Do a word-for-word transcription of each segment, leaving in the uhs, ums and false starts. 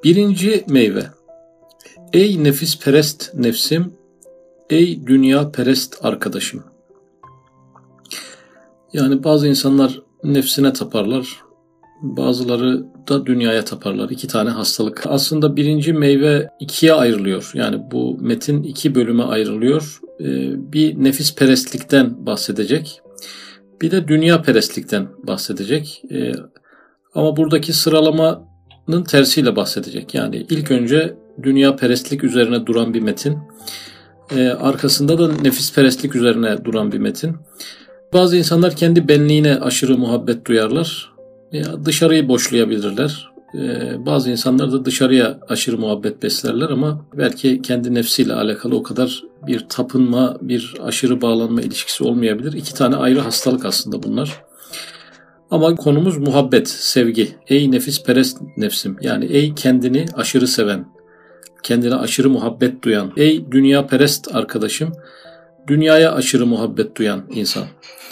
Birinci meyve. Ey nefis perest nefsim, ey dünya perest arkadaşım. Yani bazı insanlar nefsine taparlar, bazıları da dünyaya taparlar. İki tane hastalık. Aslında birinci meyve ikiye ayrılıyor. Yani bu metin iki bölüme ayrılıyor. Bir nefis perestlikten bahsedecek, bir de dünya perestlikten bahsedecek. Ama buradaki sıralamanın tersiyle bahsedecek. Yani ilk önce dünya perestlik üzerine duran bir metin, arkasında da nefis perestlik üzerine duran bir metin. Bazı insanlar kendi benliğine aşırı muhabbet duyarlar. Ya dışarıyı boşlayabilirler. Ee, bazı insanlar da dışarıya aşırı muhabbet beslerler ama belki kendi nefsiyle alakalı o kadar bir tapınma, bir aşırı bağlanma ilişkisi olmayabilir. İki tane ayrı hastalık aslında bunlar. Ama konumuz muhabbet, sevgi. Ey nefis perest nefsim. Yani ey kendini aşırı seven, kendine aşırı muhabbet duyan, ey dünya perest arkadaşım, dünyaya aşırı muhabbet duyan insan.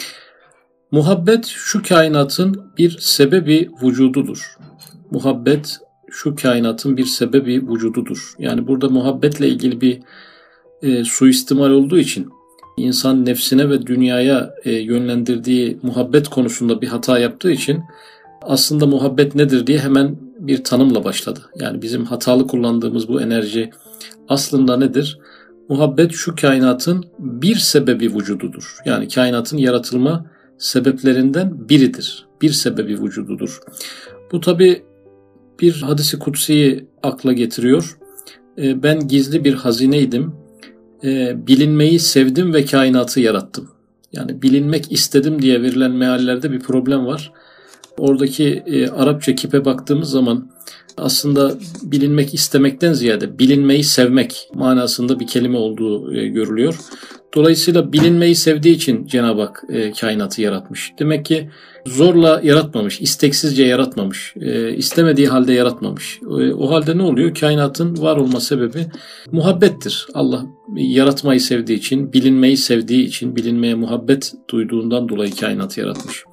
Muhabbet şu kainatın bir sebebi vücududur. Muhabbet şu kainatın bir sebebi vücududur. Yani burada muhabbetle ilgili bir e, suistimal olduğu için insan nefsine ve dünyaya e, yönlendirdiği muhabbet konusunda bir hata yaptığı için aslında muhabbet nedir diye hemen bir tanımla başladı. Yani bizim hatalı kullandığımız bu enerji aslında nedir? Muhabbet şu kainatın bir sebebi vücududur. Yani kainatın yaratılma sebeplerinden biridir. Bir sebebi vücududur. Bu tabi bir hadis-i kutsiyi akla getiriyor. Ben gizli bir hazineydim. Bilinmeyi sevdim ve kainatı yarattım. Yani bilinmek istedim diye verilen meallerde bir problem var. Oradaki e, Arapça kipe baktığımız zaman aslında bilinmek istemekten ziyade bilinmeyi sevmek manasında bir kelime olduğu e, görülüyor. Dolayısıyla bilinmeyi sevdiği için Cenab-ı Hak e, kainatı yaratmış. Demek ki zorla yaratmamış, isteksizce yaratmamış, e, istemediği halde yaratmamış. E, o halde ne oluyor? Kainatın var olma sebebi muhabbettir. Allah yaratmayı sevdiği için, bilinmeyi sevdiği için, bilinmeye muhabbet duyduğundan dolayı kainatı yaratmış.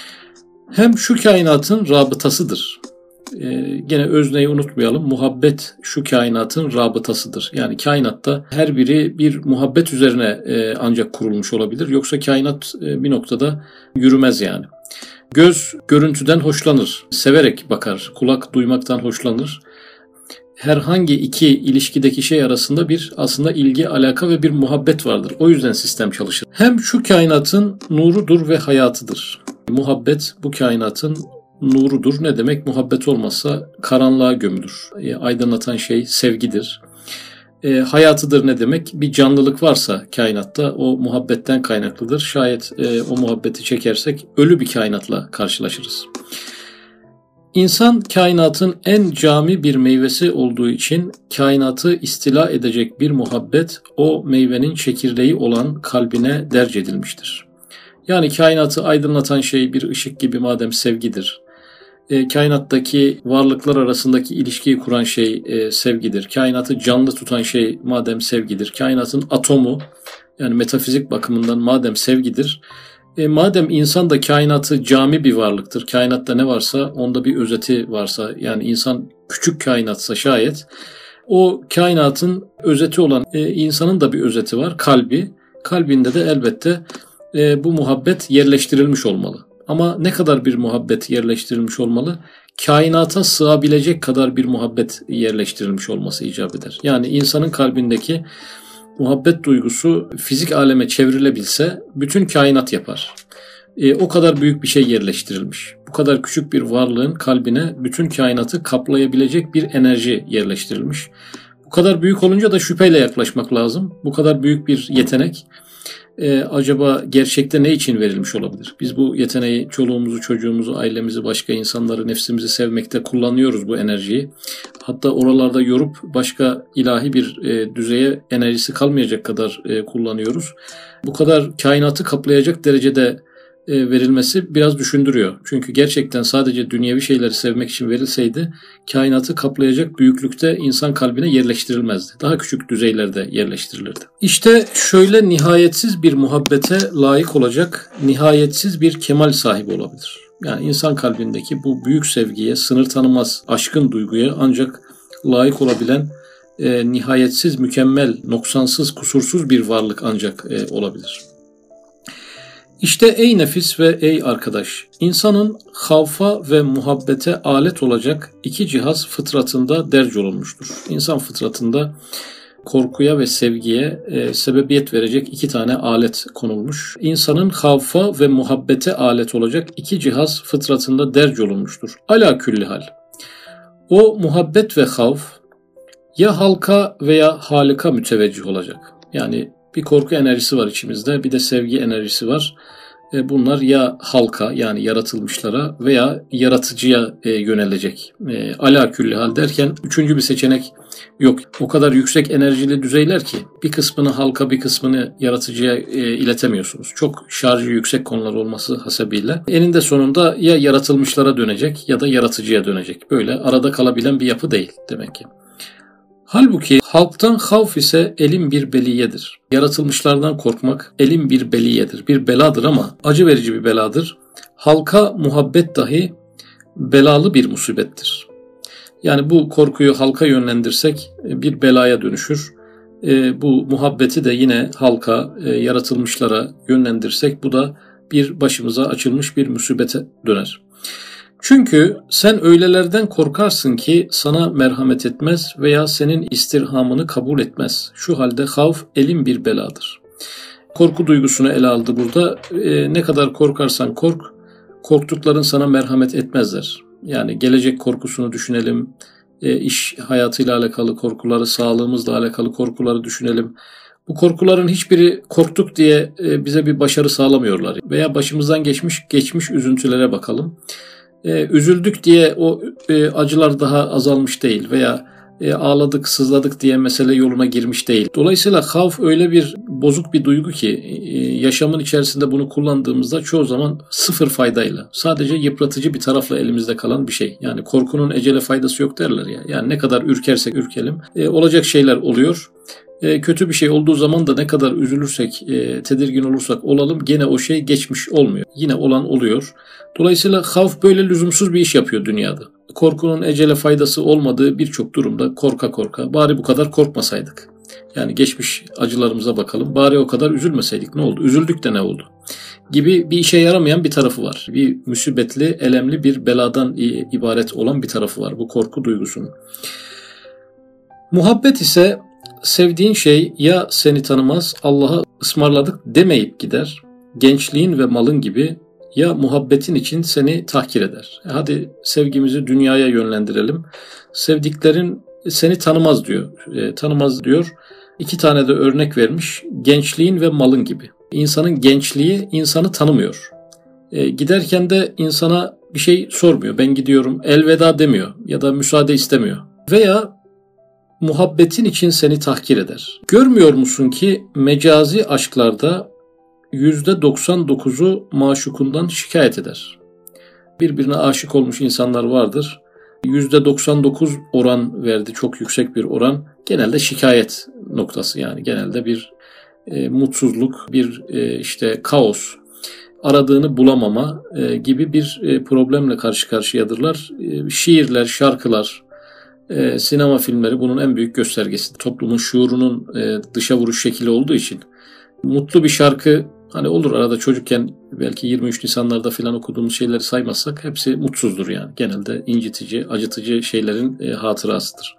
Hem şu kainatın rabıtasıdır. Ee, gene özneyi unutmayalım. Muhabbet şu kainatın rabıtasıdır. Yani kainatta her biri bir muhabbet üzerine e, ancak kurulmuş olabilir. Yoksa kainat e, bir noktada yürümez yani. Göz görüntüden hoşlanır. Severek bakar. Kulak duymaktan hoşlanır. Herhangi iki ilişkideki şey arasında bir aslında ilgi, alaka ve bir muhabbet vardır. O yüzden sistem çalışır. Hem şu kainatın nurudur ve hayatıdır. Muhabbet bu kainatın nurudur. Ne demek? Muhabbet olmazsa karanlığa gömülür. E, aydınlatan şey sevgidir. E, hayatıdır ne demek? Bir canlılık varsa kainatta o muhabbetten kaynaklıdır. Şayet e, o muhabbeti çekersek ölü bir kainatla karşılaşırız. İnsan kainatın en cami bir meyvesi olduğu için kainatı istila edecek bir muhabbet o meyvenin çekirdeği olan kalbine derc edilmiştir. Yani kainatı aydınlatan şey bir ışık gibi madem sevgidir. E, kainattaki varlıklar arasındaki ilişkiyi kuran şey e, sevgidir. Kainatı canlı tutan şey madem sevgidir. Kainatın atomu yani metafizik bakımından madem sevgidir. E, madem insan da kainatı cami bir varlıktır. Kainatta ne varsa onda bir özeti varsa yani insan küçük kainatsa şayet o kainatın özeti olan e, insanın da bir özeti var. Kalbi. Kalbinde de elbette e, bu muhabbet yerleştirilmiş olmalı. Ama ne kadar bir muhabbet yerleştirilmiş olmalı? Kainata sığabilecek kadar bir muhabbet yerleştirilmiş olması icap eder. Yani insanın kalbindeki muhabbet duygusu fizik aleme çevrilebilse bütün kainat yapar. E, o kadar büyük bir şey yerleştirilmiş. Bu kadar küçük bir varlığın kalbine bütün kainatı kaplayabilecek bir enerji yerleştirilmiş. Bu kadar büyük olunca da şüpheyle yaklaşmak lazım. Bu kadar büyük bir yetenek e, acaba gerçekte ne için verilmiş olabilir? Biz bu yeteneği çoluğumuzu, çocuğumuzu, ailemizi, başka insanları, nefsimizi sevmekte kullanıyoruz bu enerjiyi. Hatta oralarda yorup başka ilahi bir e, düzeye enerjisi kalmayacak kadar e, kullanıyoruz. Bu kadar kainatı kaplayacak derecede e, verilmesi biraz düşündürüyor. Çünkü gerçekten sadece dünyevi şeyleri sevmek için verilseydi kainatı kaplayacak büyüklükte insan kalbine yerleştirilmezdi. Daha küçük düzeylerde yerleştirilirdi. İşte şöyle nihayetsiz bir muhabbete layık olacak nihayetsiz bir kemal sahibi olabilir. Yani insan kalbindeki bu büyük sevgiye, sınır tanımaz aşkın duyguya ancak layık olabilen e, nihayetsiz, mükemmel, noksansız, kusursuz bir varlık ancak e, olabilir. İşte ey nefis ve ey arkadaş, insanın havfa ve muhabbete alet olacak iki cihaz fıtratında derc olunmuştur. İnsan fıtratında korkuya ve sevgiye e, sebebiyet verecek iki tane alet konulmuş. İnsanın havfa ve muhabbete alet olacak iki cihaz fıtratında derc olunmuştur. Ala külli hal. O muhabbet ve havf ya halka veya halika müteveccih olacak. Yani bir korku enerjisi var içimizde, bir de sevgi enerjisi var. Bunlar ya halka, yani yaratılmışlara veya yaratıcıya yönelecek. Ala külli hal derken üçüncü bir seçenek yok. O kadar yüksek enerjili düzeyler ki bir kısmını halka, bir kısmını yaratıcıya iletemiyorsunuz. Çok şarjı yüksek konular olması hasebiyle eninde sonunda ya yaratılmışlara dönecek ya da yaratıcıya dönecek. Böyle arada kalabilen bir yapı değil demek ki. Halbuki halktan havf ise elin bir beliyedir. Yaratılmışlardan korkmak elin bir beliyedir. Bir beladır ama acı verici bir beladır. Halka muhabbet dahi belalı bir musibettir. Yani bu korkuyu halka yönlendirsek bir belaya dönüşür. E, bu muhabbeti de yine halka, e, yaratılmışlara yönlendirsek bu da bir başımıza açılmış bir musibete döner. Çünkü sen öylelerden korkarsın ki sana merhamet etmez veya senin istirhamını kabul etmez. Şu halde havf elin bir beladır. Korku duygusunu ele aldı burada. E, ne kadar korkarsan kork, korktukların sana merhamet etmezler. Yani gelecek korkusunu düşünelim, e, iş hayatıyla alakalı korkuları, sağlığımızla alakalı korkuları düşünelim. Bu korkuların hiçbiri korktuk diye e, bize bir başarı sağlamıyorlar. Veya başımızdan geçmiş geçmiş üzüntülere bakalım. Ee, üzüldük diye o e, acılar daha azalmış değil veya e, ağladık, sızladık diye mesele yoluna girmiş değil. Dolayısıyla havf öyle bir bozuk bir duygu ki e, yaşamın içerisinde bunu kullandığımızda çoğu zaman sıfır faydayla, sadece yıpratıcı bir tarafla elimizde kalan bir şey. Yani korkunun ecele faydası yok derler ya. Yani ne kadar ürkersek ürkelim e, olacak şeyler oluyor. E, kötü bir şey olduğu zaman da ne kadar üzülürsek, e, tedirgin olursak olalım gene o şey geçmiş olmuyor. Yine olan oluyor. Dolayısıyla havf böyle lüzumsuz bir iş yapıyor dünyada. Korkunun ecele faydası olmadığı birçok durumda korka korka bari bu kadar korkmasaydık. Yani geçmiş acılarımıza bakalım. Bari o kadar üzülmeseydik ne oldu? Üzüldük de ne oldu? Gibi bir işe yaramayan bir tarafı var. Bir musibetli, elemli bir beladan ibaret olan bir tarafı var bu korku duygusunun. Muhabbet ise sevdiğin şey ya seni tanımaz, Allah'a ısmarladık demeyip gider, gençliğin ve malın gibi, ya muhabbetin için seni tahkir eder. Hadi sevgimizi dünyaya yönlendirelim. Sevdiklerin seni tanımaz diyor. E, tanımaz diyor. İki tane de örnek vermiş. Gençliğin ve malın gibi. İnsanın gençliği insanı tanımıyor. E, giderken de insana bir şey sormuyor. Ben gidiyorum elveda demiyor ya da müsaade istemiyor. Veya muhabbetin için seni tahkir eder. Görmüyor musun ki mecazi aşklarda yüzde doksan dokuzu maşukundan şikayet eder. Birbirine aşık olmuş insanlar vardır. yüzde doksan dokuz oran verdi, çok yüksek bir oran. Genelde şikayet noktası, yani genelde bir e, mutsuzluk, bir e, işte kaos, aradığını bulamama e, gibi bir e, problemle karşı karşıyadırlar. E, şiirler, şarkılar, e, sinema filmleri bunun en büyük göstergesi. Toplumun şuurunun e, dışa vuruş şekli olduğu için mutlu bir şarkı, hani olur arada çocukken belki yirmi üç Nisanlarda falan okuduğumuz şeyleri saymazsak hepsi mutsuzdur yani. Genelde incitici, acıtıcı şeylerin e, hatırasıdır.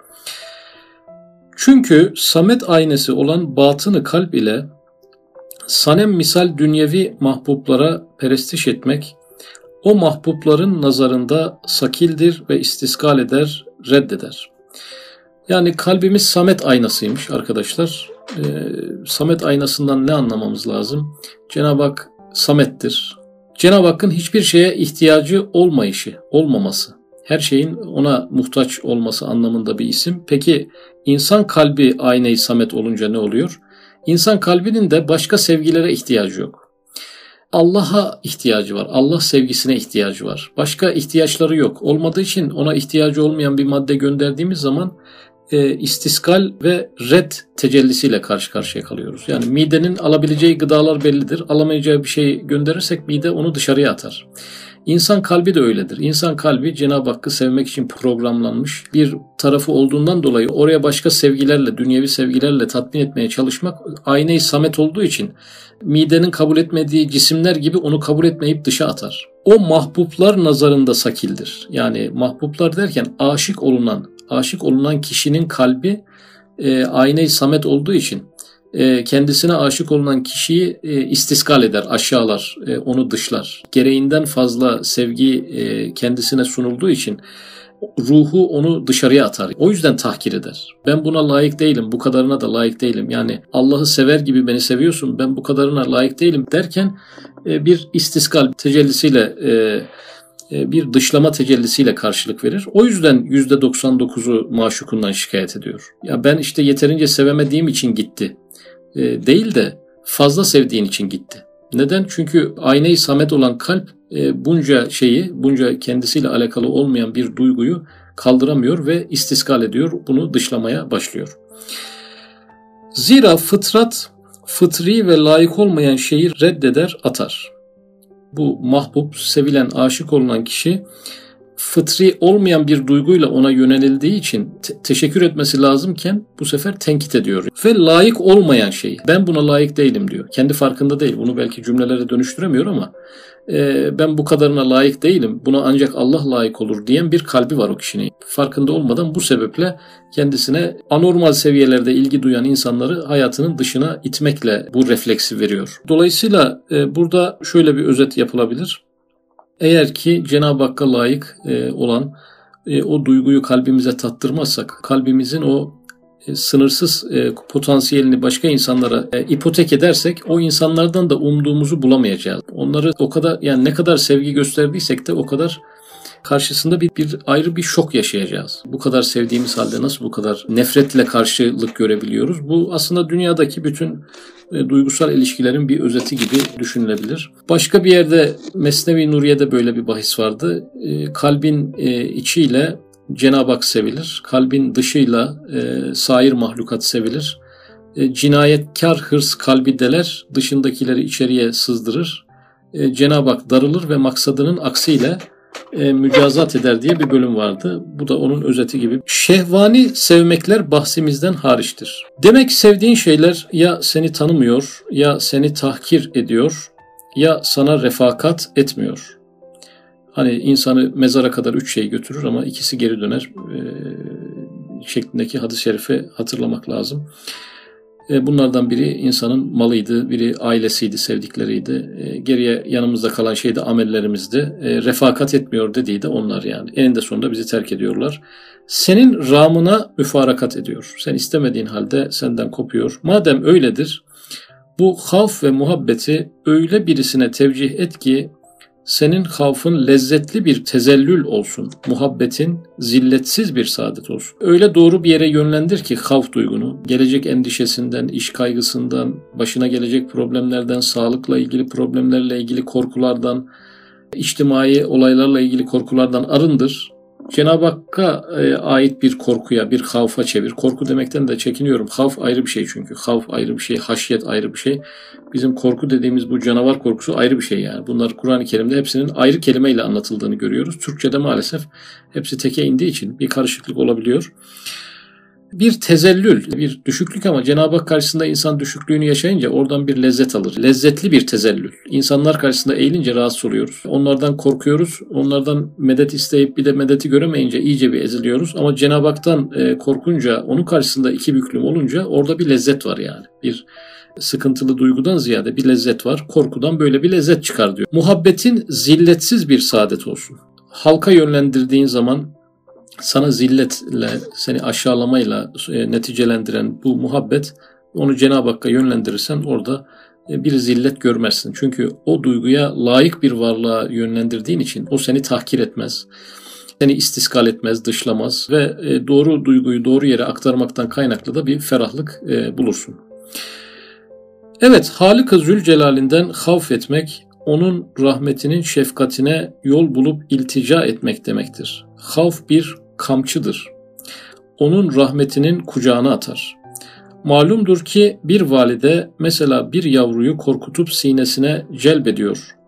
Çünkü samet aynesi olan batını kalp ile sanem misal dünyevi mahbublara perestiş etmek, o mahbubların nazarında sakildir ve istiskal eder, reddeder. Yani kalbimiz samet aynasıymış arkadaşlar. Ee, samet aynasından ne anlamamız lazım? Cenab-ı Hak samettir. Cenab-ı Hakk'ın hiçbir şeye ihtiyacı olmayışı, olmaması, her şeyin ona muhtaç olması anlamında bir isim. Peki insan kalbi aynayı samet olunca ne oluyor? İnsan kalbinin de başka sevgilere ihtiyacı yok. Allah'a ihtiyacı var. Allah sevgisine ihtiyacı var. Başka ihtiyaçları yok. Olmadığı için ona ihtiyacı olmayan bir madde gönderdiğimiz zaman e, istiskal ve red tecellisiyle karşı karşıya kalıyoruz. Yani midenin alabileceği gıdalar bellidir. Alamayacağı bir şey gönderirsek mide onu dışarıya atar. İnsan kalbi de öyledir. İnsan kalbi Cenab-ı Hakk'ı sevmek için programlanmış bir tarafı olduğundan dolayı oraya başka sevgilerle, dünyevi sevgilerle tatmin etmeye çalışmak ayne-i samet olduğu için midenin kabul etmediği cisimler gibi onu kabul etmeyip dışa atar. O mahbublar nazarında sakildir. Yani mahbublar derken aşık olunan, aşık olunan kişinin kalbi e, ayne-i samet olduğu için e, kendisine aşık olunan kişiyi e, istiskal eder, aşağılar, e, onu dışlar. Gereğinden fazla sevgi e, kendisine sunulduğu için ruhu onu dışarıya atar. O yüzden tahkir eder. Ben buna layık değilim, bu kadarına da layık değilim. Yani Allah'ı sever gibi beni seviyorsun, ben bu kadarına layık değilim derken e, bir istiskal tecellisiyle, e, e, bir dışlama tecellisiyle karşılık verir. O yüzden yüzde doksan dokuzu maşukundan şikayet ediyor. Ya ben işte yeterince sevemediğim için gitti. E, değil de fazla sevdiğin için gitti. Neden? Çünkü ayne-i samet olan kalp e, bunca şeyi, bunca kendisiyle alakalı olmayan bir duyguyu kaldıramıyor ve istiskal ediyor. Bunu dışlamaya başlıyor. Zira fıtrat, fıtri ve layık olmayan şeyi reddeder, atar. Bu mahbub, sevilen, aşık olunan kişi fıtri olmayan bir duyguyla ona yönelildiği için te- teşekkür etmesi lazımken bu sefer tenkit ediyor. Ve layık olmayan şeyi, ben buna layık değilim diyor. Kendi farkında değil, bunu belki cümlelere dönüştüremiyor ama e, ben bu kadarına layık değilim, buna ancak Allah layık olur diyen bir kalbi var o kişinin. Farkında olmadan bu sebeple kendisine anormal seviyelerde ilgi duyan insanları hayatının dışına itmekle bu refleksi veriyor. Dolayısıyla e, burada şöyle bir özet yapılabilir. Eğer ki Cenab-ı Hakk'a layık e, olan e, o duyguyu kalbimize tattırmazsak, kalbimizin o e, sınırsız e, potansiyelini başka insanlara e, ipotek edersek, o insanlardan da umduğumuzu bulamayacağız. Onları o kadar, yani ne kadar sevgi gösterdiysek de o kadar karşısında bir, bir ayrı bir şok yaşayacağız. Bu kadar sevdiğimiz halde nasıl bu kadar nefretle karşılık görebiliyoruz? Bu aslında dünyadaki bütün e, duygusal ilişkilerin bir özeti gibi düşünülebilir. Başka bir yerde Mesnevi Nuriye'de böyle bir bahis vardı. E, kalbin e, içiyle Cenab-ı Hak sevilir. Kalbin dışıyla e, sair mahlukat sevilir. E, cinayetkar hırs kalbi deler, dışındakileri içeriye sızdırır. E, Cenab-ı Hak darılır ve maksadının aksiyle E, mücazat eder diye bir bölüm vardı. Bu da onun özeti gibi. Şehvani sevmekler bahsimizden hariçtir. Demek sevdiğin şeyler ya seni tanımıyor, ya seni tahkir ediyor, ya sana refakat etmiyor. Hani insanı mezara kadar üç şey götürür ama ikisi geri döner e, şeklindeki hadis-i şerifi hatırlamak lazım. Bunlardan biri insanın malıydı, biri ailesiydi, sevdikleriydi. Geriye yanımızda kalan şey de amellerimizdi. Refakat etmiyor dediği de onlar yani. Eninde sonunda bizi terk ediyorlar. Senin rağmına müfarakat ediyor. Sen istemediğin halde senden kopuyor. Madem öyledir, bu havf ve muhabbeti öyle birisine tevcih et ki senin havfın lezzetli bir tezellül olsun. Muhabbetin zilletsiz bir saadet olsun. Öyle doğru bir yere yönlendir ki havf duygunu, gelecek endişesinden, iş kaygısından, başına gelecek problemlerden, sağlıkla ilgili problemlerle ilgili korkulardan, içtimai olaylarla ilgili korkulardan arındır. Cenab-ı Hakk'a ait bir korkuya, bir havfa çevir. Korku demekten de çekiniyorum. Havf ayrı bir şey çünkü. Havf ayrı bir şey, haşyet ayrı bir şey. Bizim korku dediğimiz bu canavar korkusu ayrı bir şey yani. Bunlar Kur'an-ı Kerim'de hepsinin ayrı kelimeyle anlatıldığını görüyoruz. Türkçe'de maalesef hepsi teke indiği için bir karışıklık olabiliyor. Bir tezellül, bir düşüklük ama Cenab-ı Hak karşısında insan düşüklüğünü yaşayınca oradan bir lezzet alır. Lezzetli bir tezellül. İnsanlar karşısında eğilince rahatsız oluyoruz. Onlardan korkuyoruz. Onlardan medet isteyip bir de medeti göremeyince iyice bir eziliyoruz. Ama Cenab-ı Hak'tan korkunca, onun karşısında iki büklüm olunca orada bir lezzet var yani. Bir sıkıntılı duygudan ziyade bir lezzet var. Korkudan böyle bir lezzet çıkar diyor. Muhabbetin zilletsiz bir saadet olsun. Halka yönlendirdiğin zaman sana zilletle, seni aşağılamayla e, neticelendiren bu muhabbet, onu Cenab-ı Hakk'a yönlendirirsen orada e, bir zillet görmezsin. Çünkü o duyguya layık bir varlığa yönlendirdiğin için o seni tahkir etmez, seni istiskal etmez, dışlamaz ve e, doğru duyguyu doğru yere aktarmaktan kaynaklı da bir ferahlık e, bulursun. Evet, Halik-i Zülcelal'inden havf etmek, onun rahmetinin şefkatine yol bulup iltica etmek demektir. Havf bir kamçıdır. Onun rahmetinin kucağına atar. Malumdur ki bir valide mesela bir yavruyu korkutup sinesine celbediyor.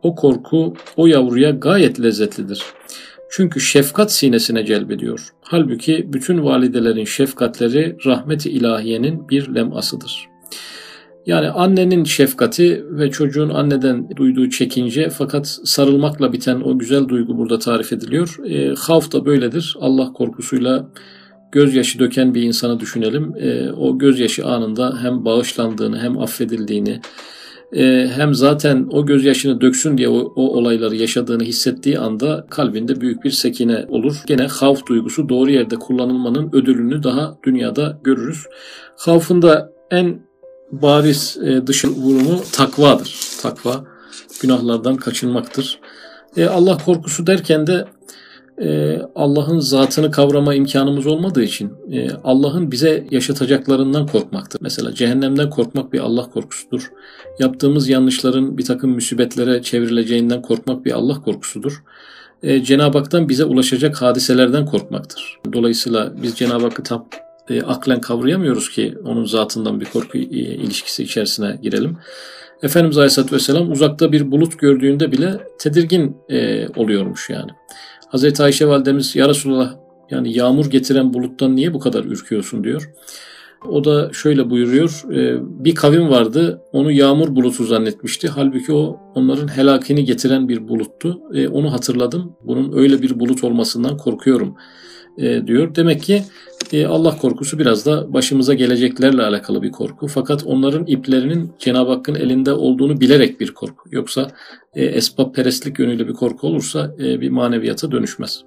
o korku o yavruya gayet lezzetlidir. Çünkü şefkat sinesine celbediyor. Halbuki bütün validelerin şefkatleri rahmet-i ilahiyenin bir lemasıdır. Yani annenin şefkati ve çocuğun anneden duyduğu çekince fakat sarılmakla biten o güzel duygu burada tarif ediliyor. E, havf da böyledir. Allah korkusuyla gözyaşı döken bir insanı düşünelim. E, o gözyaşı anında hem bağışlandığını hem affedildiğini e, hem zaten o gözyaşını döksün diye o, o olayları yaşadığını hissettiği anda kalbinde büyük bir sekine olur. Gene havf duygusu doğru yerde kullanılmanın ödülünü daha dünyada görürüz. Havfın da en bariz e, dışı vurumu takvadır. Takva günahlardan kaçınmaktır. E, Allah korkusu derken de e, Allah'ın zatını kavrama imkanımız olmadığı için e, Allah'ın bize yaşatacaklarından korkmaktır. Mesela cehennemden korkmak bir Allah korkusudur. Yaptığımız yanlışların bir takım musibetlere çevrileceğinden korkmak bir Allah korkusudur. E, Cenab-ı Hak'tan bize ulaşacak hadiselerden korkmaktır. Dolayısıyla biz Cenab-ı Hakk'ı tam E, aklen kavrayamıyoruz ki onun zatından bir korku e, ilişkisi içerisine girelim. Efendimiz Aleyhisselatü Vesselam uzakta bir bulut gördüğünde bile tedirgin e, oluyormuş yani. Hazreti Ayşe validemiz ya Resulallah yani yağmur getiren buluttan niye bu kadar ürküyorsun diyor. O da şöyle buyuruyor, e, bir kavim vardı onu yağmur bulutu zannetmişti. Halbuki o onların helakini getiren bir buluttu. E, onu hatırladım, bunun öyle bir bulut olmasından korkuyorum e, diyor. Demek ki Allah korkusu biraz da başımıza geleceklerle alakalı bir korku. Fakat onların iplerinin Cenab-ı Hakk'ın elinde olduğunu bilerek bir korku. Yoksa e, esbabperestlik yönüyle bir korku olursa e, bir maneviyata dönüşmez.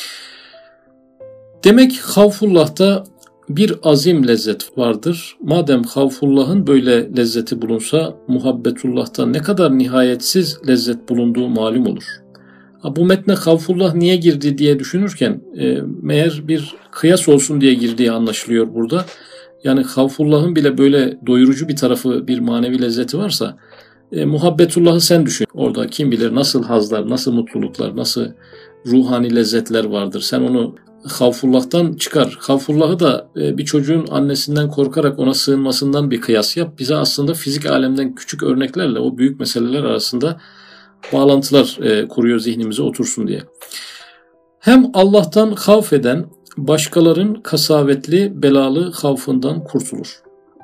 Demek havfullah'ta bir azim lezzet vardır. Madem havfullah'ın böyle lezzeti bulunsa muhabbetullah'ta ne kadar nihayetsiz lezzet bulunduğu malum olur. Bu metne havfullah niye girdi diye düşünürken e, meğer bir kıyas olsun diye girdiği anlaşılıyor burada. Yani havfullah'ın bile böyle doyurucu bir tarafı, bir manevi lezzeti varsa e, muhabbetullah'ı sen düşün. Orada kim bilir nasıl hazlar, nasıl mutluluklar, nasıl ruhani lezzetler vardır. Sen onu havfullah'tan çıkar. Havfullah'ı da e, bir çocuğun annesinden korkarak ona sığınmasından bir kıyas yap. Bize aslında fizik alemden küçük örneklerle o büyük meseleler arasında bağlantılar e, kuruyor zihnimize otursun diye. Hem Allah'tan havf eden başkaların kasavetli, belalı havfından kurtulur.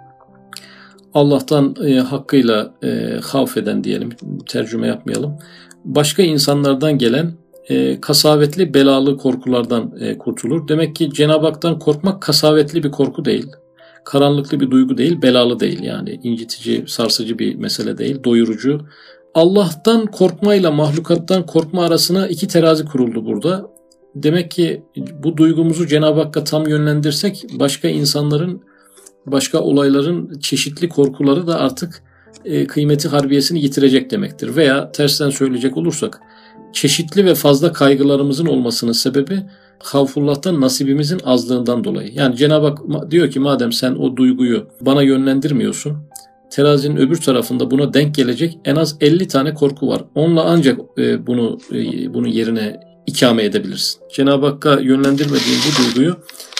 Allah'tan e, hakkıyla e, havf eden diyelim, tercüme yapmayalım. Başka insanlardan gelen e, kasavetli, belalı korkulardan e, kurtulur. Demek ki Cenab-ı Hak'tan korkmak kasavetli bir korku değil. Karanlıklı bir duygu değil, belalı değil yani. İncitici, sarsıcı bir mesele değil, doyurucu. Allah'tan korkmayla mahlukattan korkma arasına iki terazi kuruldu burada. Demek ki bu duygumuzu Cenab-ı Hakk'a tam yönlendirsek başka insanların, başka olayların çeşitli korkuları da artık e, kıymeti harbiyesini yitirecek demektir. Veya tersten söyleyecek olursak çeşitli ve fazla kaygılarımızın olmasının sebebi havfullah'tan nasibimizin azlığından dolayı. Yani Cenab-ı Hak diyor ki madem sen o duyguyu bana yönlendirmiyorsun, terazinin öbür tarafında buna denk gelecek en az elli tane korku var. Onunla ancak e, bunu e, bunun yerine ikame edebilirsin. Cenab-ı Hakk'a yönlendirmediğin bu duyguyu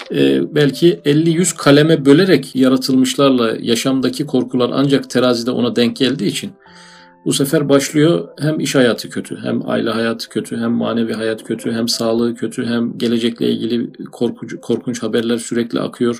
e, belki elli yüz kaleme bölerek yaratılmışlarla yaşamdaki korkular ancak terazide ona denk geldiği için bu sefer başlıyor hem iş hayatı kötü, hem aile hayatı kötü, hem manevi hayat kötü, hem sağlığı kötü, hem gelecekle ilgili korkunç, korkunç haberler sürekli akıyor.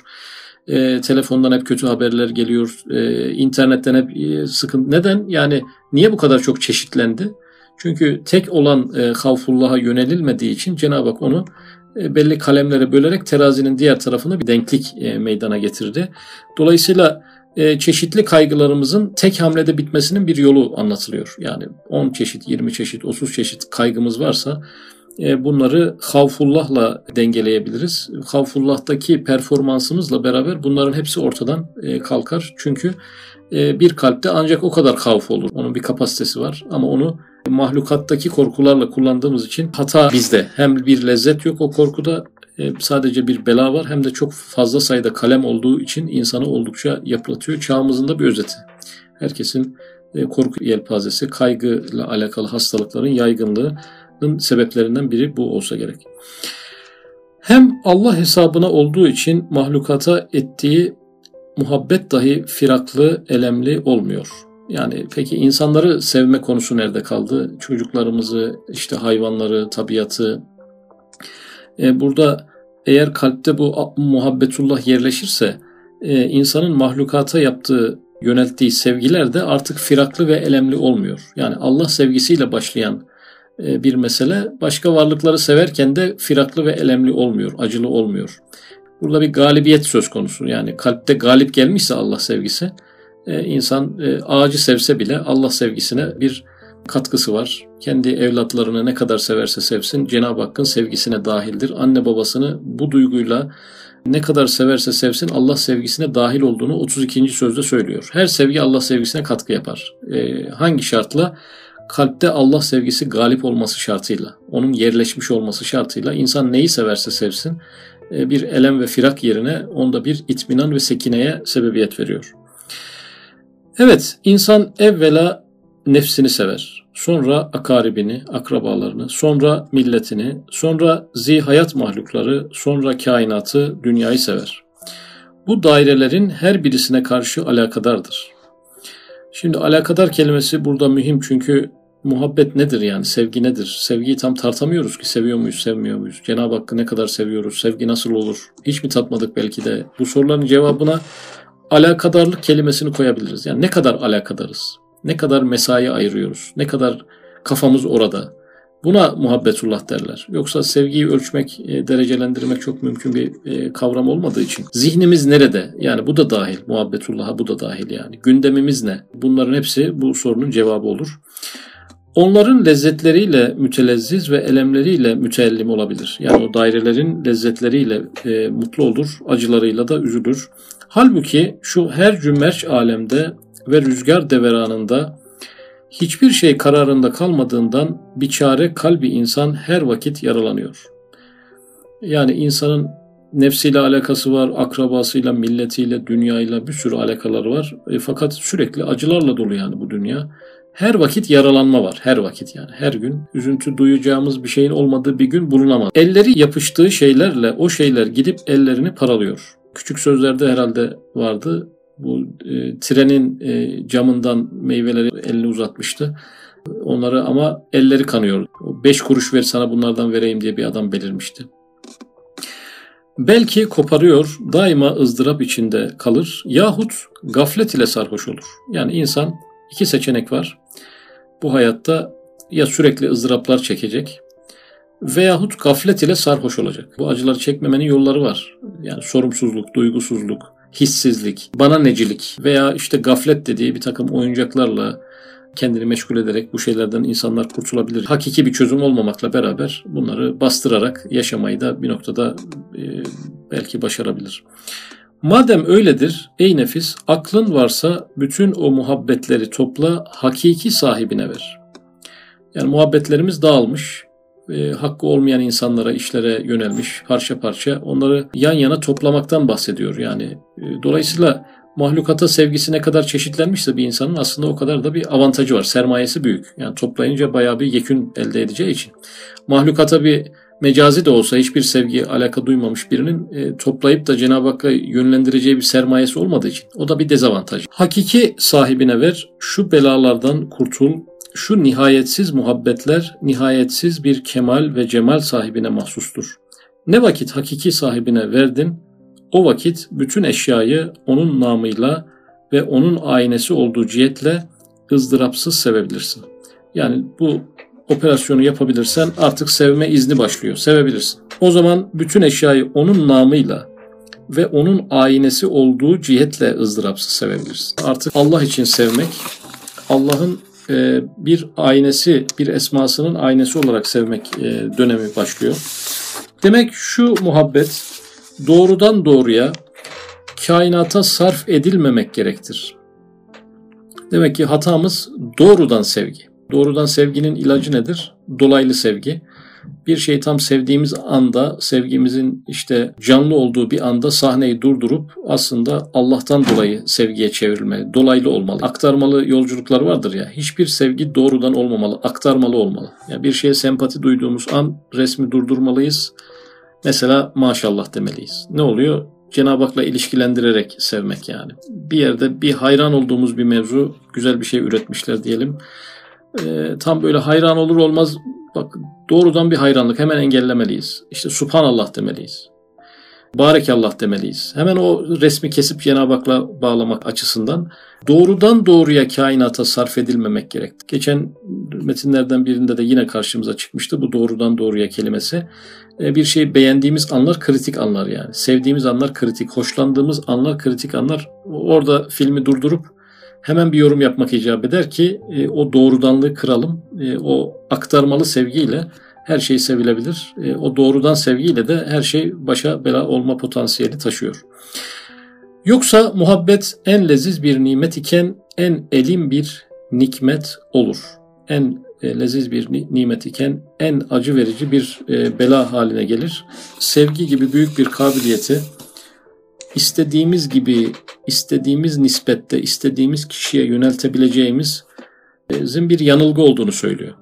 E, telefondan hep kötü haberler geliyor. E, internetten hep e, sıkıntı. Neden? Yani niye bu kadar çok çeşitlendi? Çünkü tek olan e, havfullah'a yönelilmediği için Cenab-ı Hak onu e, belli kalemlere bölerek terazinin diğer tarafına bir denklik e, meydana getirdi. Dolayısıyla e, çeşitli kaygılarımızın tek hamlede bitmesinin bir yolu anlatılıyor. Yani on çeşit, yirmi çeşit, otuz çeşit kaygımız varsa bunları havfullah'la dengeleyebiliriz. Havfullah'taki performansımızla beraber bunların hepsi ortadan kalkar. Çünkü bir kalpte ancak o kadar havf olur. Onun bir kapasitesi var ama onu mahlukattaki korkularla kullandığımız için hata bizde. Hem bir lezzet yok o korkuda, sadece bir bela var, hem de çok fazla sayıda kalem olduğu için insanı oldukça yıpratıyor. Çağımızın da bir özeti. Herkesin korku yelpazesi, kaygıyla alakalı hastalıkların yaygınlığı sebeplerinden biri bu olsa gerek. Hem Allah hesabına olduğu için mahlukata ettiği muhabbet dahi firaklı, elemli olmuyor. Yani peki insanları sevme konusu nerede kaldı? Çocuklarımızı, işte hayvanları, tabiatı. E, burada eğer kalpte bu muhabbetullah yerleşirse e, insanın mahlukata yaptığı, yönelttiği sevgiler de artık firaklı ve elemli olmuyor. Yani Allah sevgisiyle başlayan e, bir mesele başka varlıkları severken de firaklı ve elemli olmuyor, acılı olmuyor. Burada bir galibiyet söz konusu. Yani kalpte galip gelmişse Allah sevgisi, e, insan e, ağacı sevse bile Allah sevgisine bir katkısı var. Kendi evlatlarını ne kadar severse sevsin Cenab-ı Hakk'ın sevgisine dahildir. Anne babasını bu duyguyla ne kadar severse sevsin Allah sevgisine dahil olduğunu otuz ikinci sözde söylüyor. Her sevgi Allah sevgisine katkı yapar. Ee, hangi şartla? Kalpte Allah sevgisi galip olması şartıyla, onun yerleşmiş olması şartıyla insan neyi severse sevsin bir elem ve firak yerine onda bir itminan ve sekineye sebebiyet veriyor. Evet, insan evvela nefsini sever. Sonra akaribini, akrabalarını, sonra milletini, sonra zihayat mahlukları, sonra kainatı, dünyayı sever. Bu dairelerin her birisine karşı alakadardır. Şimdi alakadar kelimesi burada mühim çünkü muhabbet nedir yani? Sevgi nedir? Sevgiyi tam tartamıyoruz ki seviyor muyuz, sevmiyor muyuz? Cenab-ı Hakk'ı ne kadar seviyoruz? Sevgi nasıl olur? Hiç mi tatmadık belki de? Bu soruların cevabına alakadarlık kelimesini koyabiliriz. Yani ne kadar alakadarız? Ne kadar mesai ayırıyoruz? Ne kadar kafamız orada? Buna muhabbetullah derler. Yoksa sevgiyi ölçmek, derecelendirmek çok mümkün bir kavram olmadığı için. Zihnimiz nerede? Yani bu da dahil. Muhabbetullah'a bu da dahil yani. Gündemimiz ne? Bunların hepsi bu sorunun cevabı olur. Onların lezzetleriyle mütelezziz ve elemleriyle müteellim olabilir. Yani o dairelerin lezzetleriyle e, mutlu olur, acılarıyla da üzülür. Halbuki şu her cümmerç alemde ve rüzgar deveranında hiçbir şey kararında kalmadığından biçare kalbi insan her vakit yaralanıyor. Yani insanın nefsiyle alakası var, akrabasıyla, milletiyle, dünyayla bir sürü alakaları var. E, fakat sürekli acılarla dolu yani bu dünya. Her vakit yaralanma var, her vakit yani. Her gün üzüntü duyacağımız bir şeyin olmadığı bir gün bulunamaz. Elleri yapıştığı şeylerle o şeyler gidip ellerini paralıyor. Küçük sözlerde herhalde vardı. Bu e, trenin e, camından meyveleri elini uzatmıştı. Onları ama elleri kanıyor. Beş kuruş ver sana bunlardan vereyim diye bir adam belirmişti. Belki koparıyor, daima ızdırap içinde kalır yahut gaflet ile sarhoş olur. Yani insan iki seçenek var. Bu hayatta ya sürekli ızdıraplar çekecek veyahut gaflet ile sarhoş olacak. Bu acıları çekmemenin yolları var. Yani sorumsuzluk, duygusuzluk, hissizlik, bana necilik veya işte gaflet dediği bir takım oyuncaklarla kendini meşgul ederek bu şeylerden insanlar kurtulabilir. Hakiki bir çözüm olmamakla beraber bunları bastırarak yaşamayı da bir noktada e, belki başarabilir. Madem öyledir ey nefis, aklın varsa bütün o muhabbetleri topla, hakiki sahibine ver. Yani muhabbetlerimiz dağılmış, e, hakkı olmayan insanlara, işlere yönelmiş parça parça, onları yan yana toplamaktan bahsediyor. Yani e, dolayısıyla mahlukata sevgisi ne kadar çeşitlenmişse bir insanın aslında o kadar da bir avantajı var, sermayesi büyük. Yani toplayınca bayağı bir yekün elde edeceği için. Mahlukata bir mecazi de olsa hiçbir sevgi, alaka duymamış birinin e, toplayıp da Cenab-ı Hakk'a yönlendireceği bir sermayesi olmadığı için o da bir dezavantaj. Hakiki sahibine ver, şu belalardan kurtul, şu nihayetsiz muhabbetler nihayetsiz bir kemal ve cemal sahibine mahsustur. Ne vakit hakiki sahibine verdin, o vakit bütün eşyayı onun namıyla ve onun aynesi olduğu cihetle ızdırapsız sevebilirsin. Yani bu operasyonu yapabilirsen artık sevme izni başlıyor. Sevebilirsin. O zaman bütün eşyayı onun namıyla ve onun aynesi olduğu cihetle ızdırapsız sevebilirsin. Artık Allah için sevmek, Allah'ın e, bir aynesi, bir esmasının aynesi olarak sevmek e, dönemi başlıyor. Demek şu muhabbet doğrudan doğruya kainata sarf edilmemek gerektir. Demek ki hatamız doğrudan sevgi. Doğrudan sevginin ilacı nedir? Dolaylı sevgi. Bir şeyi tam sevdiğimiz anda, sevgimizin işte canlı olduğu bir anda sahneyi durdurup aslında Allah'tan dolayı sevgiye çevrilmeli. Dolaylı olmalı. Aktarmalı yolculuklar vardır ya. Hiçbir sevgi doğrudan olmamalı. Aktarmalı olmalı. Yani bir şeye sempati duyduğumuz an resmi durdurmalıyız. Mesela maşallah demeliyiz. Ne oluyor? Cenab-ı Hak'la ilişkilendirerek sevmek yani. Bir yerde bir hayran olduğumuz bir mevzu, güzel bir şey üretmişler diyelim. E, tam böyle hayran olur olmaz, bak doğrudan bir hayranlık hemen engellemeliyiz. İşte Subhanallah demeliyiz. Barekallah demeliyiz. Hemen o resmi kesip Cenab-ı Hak'la bağlamak açısından doğrudan doğruya kainata sarf edilmemek gerek. Geçen metinlerden birinde de yine karşımıza çıkmıştı bu doğrudan doğruya kelimesi. Bir şeyi beğendiğimiz anlar kritik anlar yani. Sevdiğimiz anlar kritik, hoşlandığımız anlar kritik anlar. Orada filmi durdurup hemen bir yorum yapmak icap eder ki o doğrudanlığı kıralım. O aktarmalı sevgiyle her şey sevilebilir. O doğrudan sevgiyle de her şey başa bela olma potansiyeli taşıyor. Yoksa muhabbet en leziz bir nimet iken en elim bir nikmet olur. En leziz bir nimet iken en acı verici bir bela haline gelir. Sevgi gibi büyük bir kabiliyeti istediğimiz gibi, istediğimiz nispette, istediğimiz kişiye yöneltebileceğimizin bir yanılgı olduğunu söylüyor.